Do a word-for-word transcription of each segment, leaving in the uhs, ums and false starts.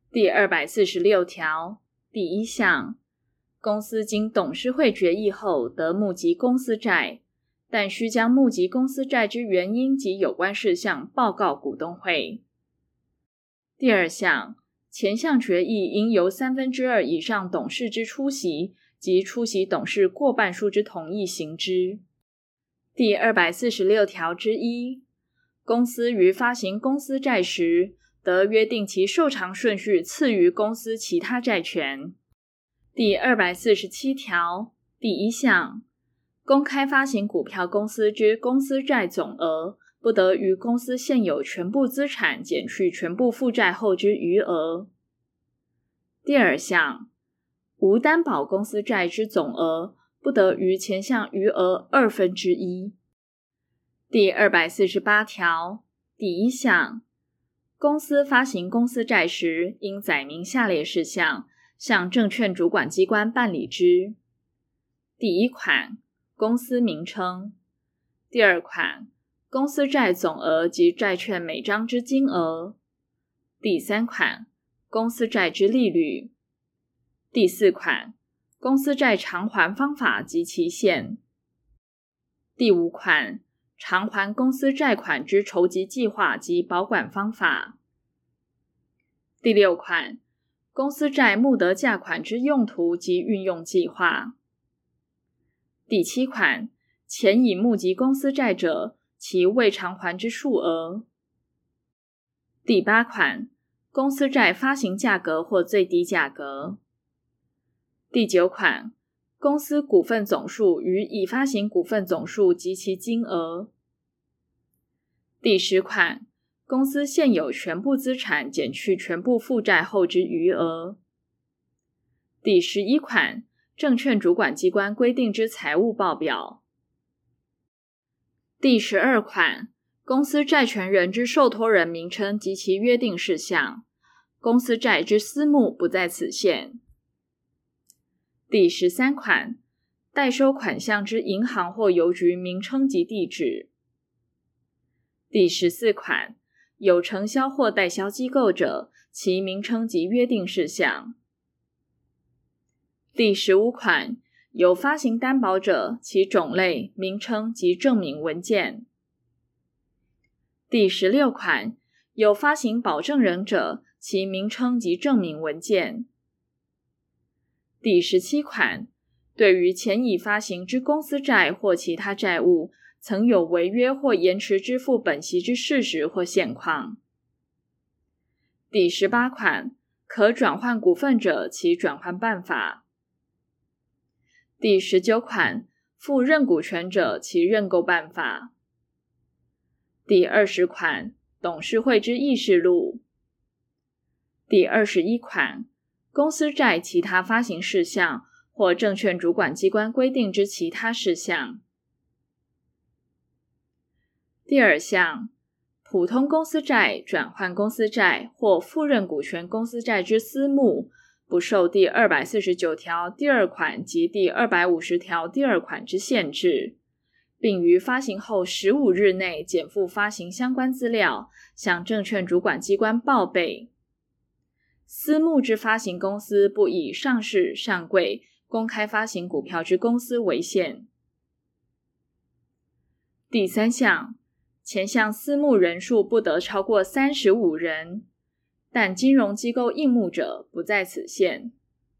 第二百四十六条第一项，公司经董事会决议后得募集公司债，但须将募集公司债之原因及有关事项报告股东会。第二项，前项决议应由三分之二以上董事之出席及出席董事过半数之同意行之。第二百四十六条之一，公司于发行公司债时，得约定其受偿顺序次于公司其他债权。第二百四十七条第一项，公开发行股票公司之公司债总额，不得于公司现有全部资产减去全部负债后之余额。第二项，无担保公司债之总额，不得于前项余额二分之一。第二百四十八条第一项，公司发行公司债时，应载明下列事项，向证券主管机关办理之。第一款，公司名称。第二款，公司债总额及债券每张之金额。第三款，公司债之利率。第四款，公司债偿还方法及期限。第五款，偿还公司债款之筹集计划及保管方法。第六款，公司债募得价款之用途及运用计划。第七款，前已募集公司债者，其未偿还之数额。第八款，公司债发行价格或最低价格。第九款，公司股份总数与已发行股份总数及其金额。第十款，公司现有全部资产减去全部负债后之余额。第十一款，证券主管机关规定之财务报表。第十二款，公司债权人之受托人名称及其约定事项，公司债之私募不在此限。第十三款，代收款项之银行或邮局名称及地址。第十四款，有承销或代销机构者，其名称及约定事项。第十五款，有发行担保者，其种类、名称及证明文件。第十六款，有发行保证人者，其名称及证明文件。第十七款，对于前已发行之公司债或其他债务，曾有违约或延迟支付本息之事实或现况。第十八款，可转换股份者，其转换办法。第十九款，负认股权者，其认购办法。第二十款，董事会之议事录。第二十一款，公司债其他发行事项或证券主管机关规定之其他事项。第二项，普通公司债、转换公司债或负认股权公司债之私募，不受第二百四十九条第二款及第二百五十条第二款之限制，并于发行后十五日内减负发行相关资料，向证券主管机关报备。私募之发行公司不以上市、上柜、公开发行股票之公司为限。第三项，前项私募人数不得超过三十五人，但金融机构应募者不在此限。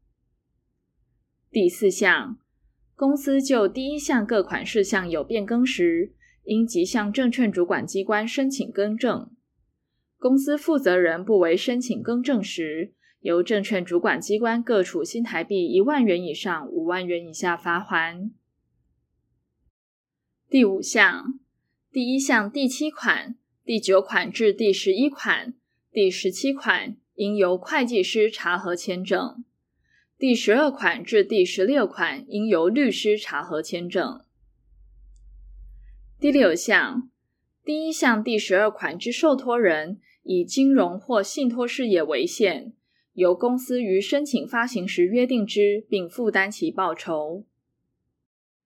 第四项，公司就第一项各款事项有变更时，应即向证券主管机关申请更正。公司负责人不为申请更正时，由证券主管机关各处新台币一万元以上五万元以下罚锾。第五项，第一项第七款、第九款至第十一款、第十七款应由会计师查核签证，第十二款至第十六款应由律师查核签证。第六项，第一项第十二款之受托人以金融或信托事业为限，由公司于申请发行时约定之，并负担其报酬。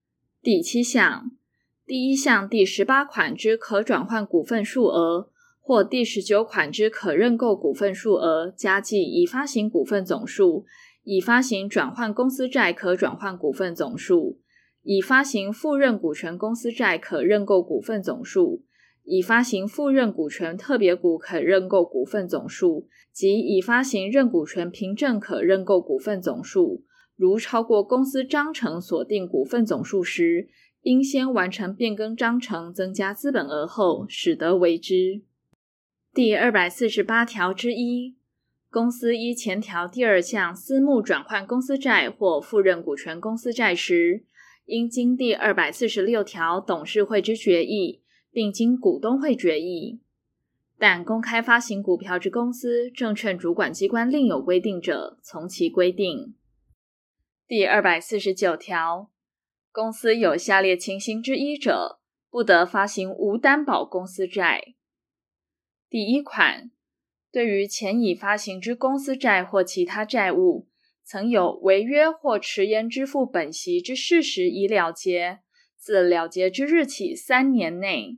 第七项，第一项第十八款之可转换股份数额，或或第十九款之可认购股份数额加计已发行股份总数，已发行转换公司债可转换股份总数，已发行复认股权公司债可认购股份总数，已发行复认股权特别股可认购股份总数及已发行认股权凭证可认购股份总数，如超过公司章程所定股份总数时，应先完成变更章程增加资本额后，使得为之。第二百四十八条之一，公司依前条第二项私募转换公司债或复认股权公司债时，应经第二百四十六条董事会之决议，并经股东会决议。但公开发行股票之公司，证券主管机关另有规定者，从其规定。第二百四十九条，公司有下列情形之一者，不得发行无担保公司债。第一款，对于前已发行之公司债或其他债务，曾有违约或迟延支付本息之事实已了结，自了结之日起三年内。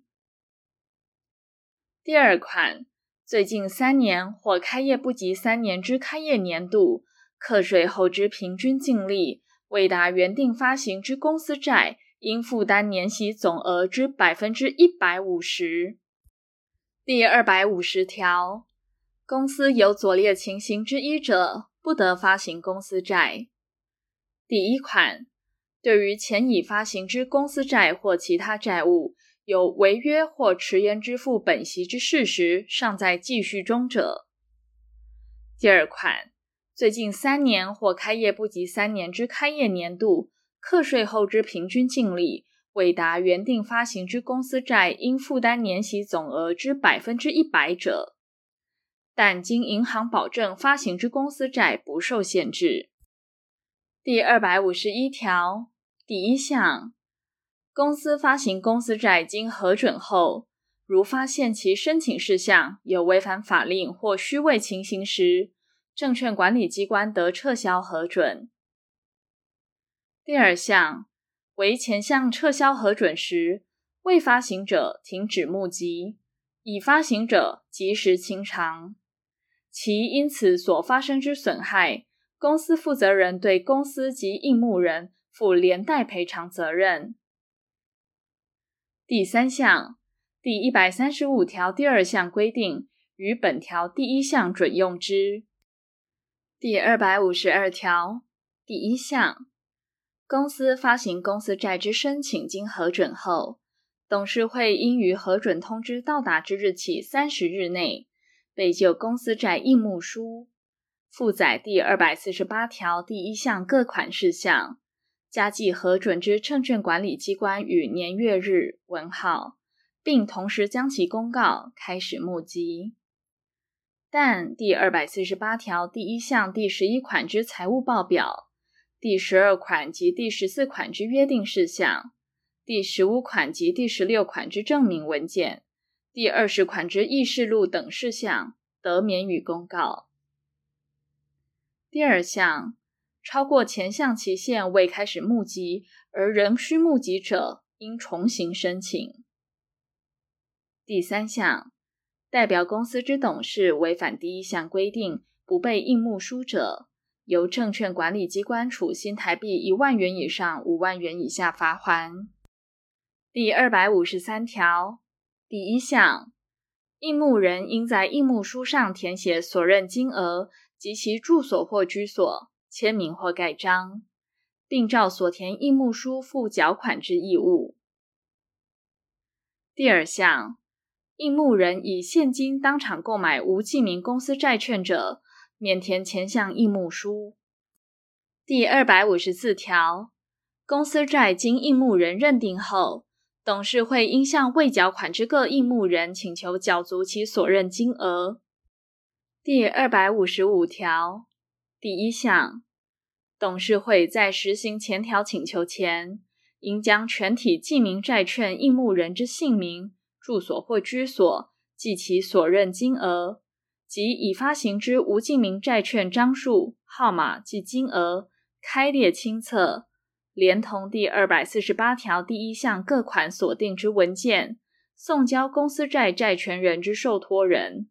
第二款，最近三年或开业不及三年之开业年度，课税后之平均净利未达原定发行之公司债应负担年息总额之 百分之一百五十。第二百五十条，公司有左列情形之一者，不得发行公司债。第一款，对于前已发行之公司债或其他债务，有违约或迟延支付本息之事实尚在继续中者。第二款，最近三年或开业不及三年之开业年度，课税后之平均净利未达原定发行之公司债应负担年息总额之 百分之一百 者，但经银行保证发行之公司债不受限制。第二百五十一条第一项，公司发行公司债经核准后，如发现其申请事项有违反法令或虚伪情形时，证券管理机关得撤销核准。第二项，为前项撤销核准时，未发行者停止募集，已发行者及时清偿，其因此所发生之损害，公司负责人对公司及应募人负连带赔偿责任。第三项，第一百三十五条第二项规定于本条第一项准用之。第二百五十二条第一项，公司发行公司债之申请经核准后，董事会应于核准通知到达之日起三十日内，备就公司债应募书，附载第二百四十八条第一项各款事项，加计核准之证券管理机关与年月日文号，并同时将其公告，开始募集。但第二百四十八条第一项第十一款之财务报表，第十二款及第十四款之约定事项，第十五款及第十六款之证明文件，第二十款之议事录等事项，得免予公告。第二项，超过前项期限未开始募集而仍需募集者，应重新申请。第三项，代表公司之董事违反第一项规定不备应募书者，由证券管理机关处新台币一万元以上五万元以下罚锾。第二百五十三条第一项，应募人应在应募书上填写所认金额及其住所或居所，签名或盖章，并照所填应募书负缴款之义务。第二项，应募人以现金当场购买无记名公司债券者，免填前项应募书。第二百五十四条，公司债经应募人认定后，董事会应向未缴款之各应募人请求缴足其所认金额。第二百五十五条第一项，董事会在实行前条请求前，应将全体记名债券应募人之姓名、住所或居所记其所认金额，及已发行之无记名债券张数、号码及金额，开列清册，连同第二百四十八条第一项各款所定之文件， 送交公司债债权人之受托人。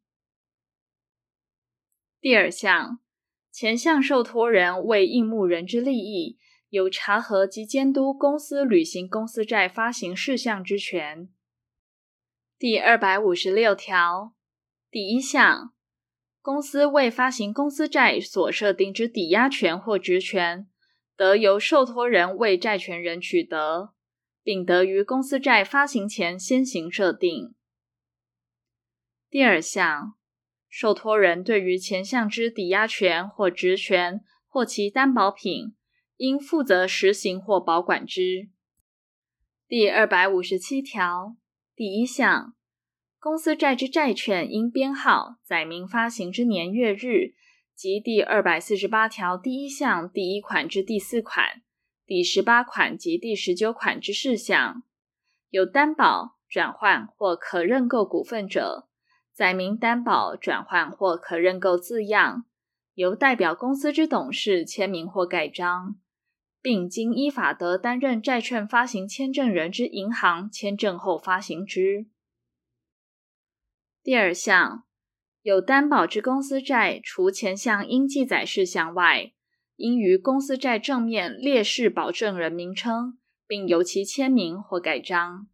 第二项，前项受托人为应募人之利益，有查核及监督公司履行公司债发行事项之权。第二百五十六条，第一项，公司为发行公司债所设定之抵押权或质权，得由受托人为债权人取得，并得于公司债发行前先行设定。第二项，受托人对于前项之抵押权或质权或其担保品，应负责实行或保管之。第二百五十七条，第一项，公司债之债券应编号载明发行之年月日，及第二百四十八条第一项第一款至第四款、第十八款及第十九款之事项。有担保、转换或可认购股份者，载明担保、转换或可认购字样，由代表公司之董事签名或盖章，并经依法得担任债券发行签证人之银行签证后发行之。第二项，有担保之公司债，除前项应记载事项外，应于公司债正面列示保证人名称，并由其签名或盖章。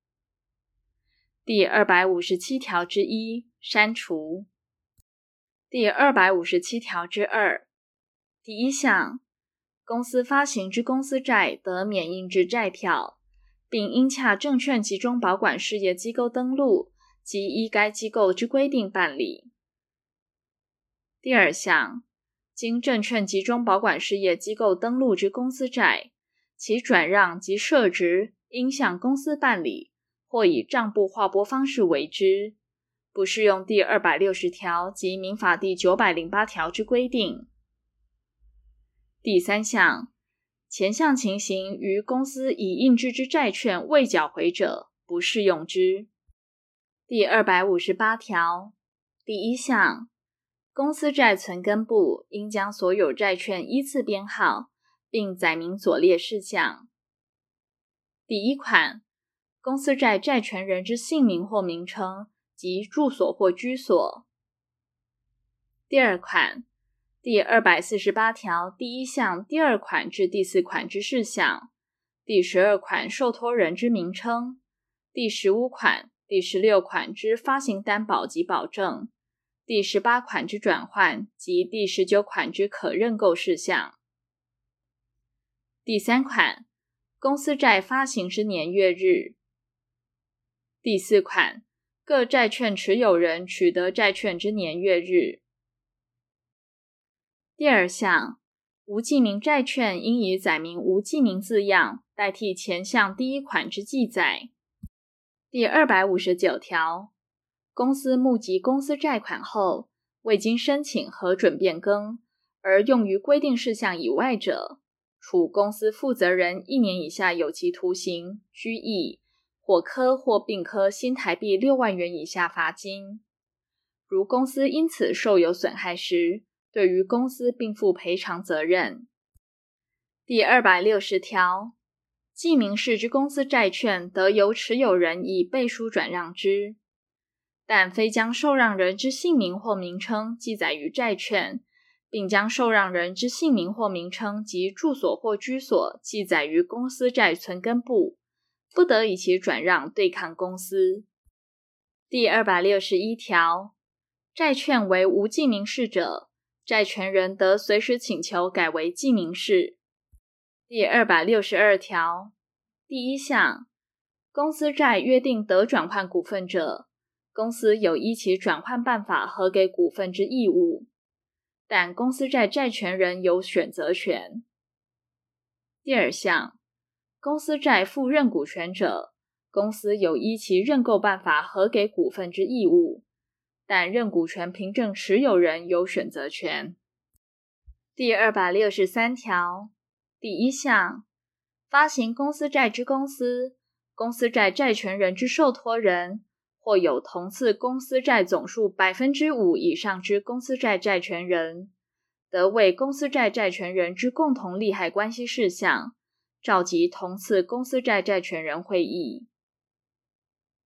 第二百五十七条之一，删除。第二百五十七条之二，第一项，公司发行之公司债得免印制债票，并应洽证券集中保管事业机构登录，及依该机构之规定办理。第二项，经证券集中保管事业机构登录之公司债，其转让及设值应向公司办理，或以账簿划拨方式为之，不适用第二百六十条及民法第九百零八条之规定。第三项，前项情形于公司已印制之债券未缴回者，不适用之。第二百五十八条，第一项，公司债存根部应将所有债券依次编号，并载明左列事项。第一款，公司债债权人之姓名或名称及住所或居所。第二款，第二百四十八条第一项第二款至第四款之事项，第十二款受托人之名称，第十五款、第十六款之发行担保及保证，第十八款之转换及第十九款之可认购事项。第三款，公司债发行之年月日。第四款，各债券持有人取得债券之年月日。第二项，无记名债券应以载明无记名字样代替前项第一款之记载。第二百五十九条，公司募集公司债款后，未经申请核准变更，而用于规定事项以外者，处公司负责人一年以下有期徒刑、拘役，或科或并科新台币六万元以下罚金。如公司因此受有损害时，对于公司并负赔偿责任。第二百六十条，记名式之公司债券得由持有人以背书转让之，但非将受让人之姓名或名称记载于债券，并将受让人之姓名或名称及住所或居所记载于公司债存根部，不得以其转让对抗公司。第二百六十一条，债券为无记名式者，债权人得随时请求改为记名式。第二百六十二条，第一项，公司债约定得转换股份者，公司有依其转换办法核给股份之义务，但公司债债权人有选择权。第二项，公司债负认股权者，公司有依其认购办法核给股份之义务，但认股权凭证持有人有选择权。第二百六十三条，第一项，发行公司债之公司，公司债债权人之受托人，或有同次公司债总数 百分之五 以上之公司债债权人，得为公司债债权人之共同利害关系事项，召集同次公司债债权人会议。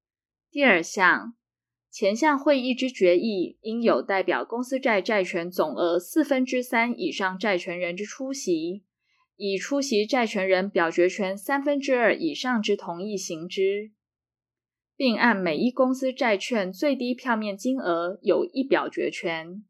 第二项，前项会议之决议应有代表公司债债权总额四分之三以上债权人之出席，以出席债权人表决权三分之二以上之同意行之，并按每一公司债券最低票面金额有一表决权。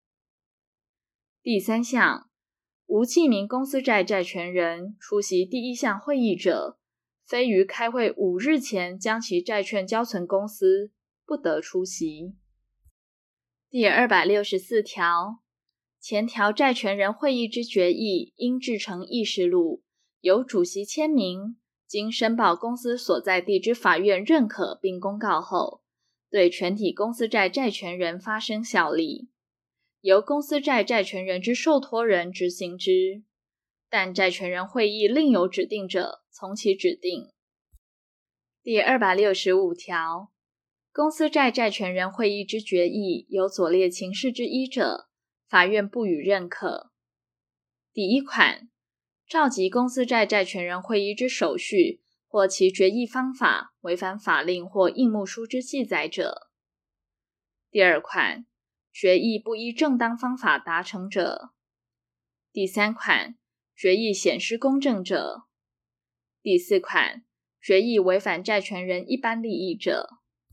第三项，无记名公司债债权人出席第一项会议者，非于开会五日前将其债券交存公司，不得出席。第二百六十四条，前条债权人会议之决议应制成议事录，由主席签名，经申报公司所在地之法院认可并公告后，对全体公司债债权人发生效力，由公司债债权人之受托人执行之，但债权人会议另有指定者，从其指定。第二百六十五条，公司债债权人会议之决议有左列情事之一者，法院不予认可。第一款，召集公司债债权人会议之手续或其决议方法违反法令或应目书之记载者。第二款，决议不依正当方法达成者。第三款，决议显失公正者。第四款，决议违反债权人一般利益者。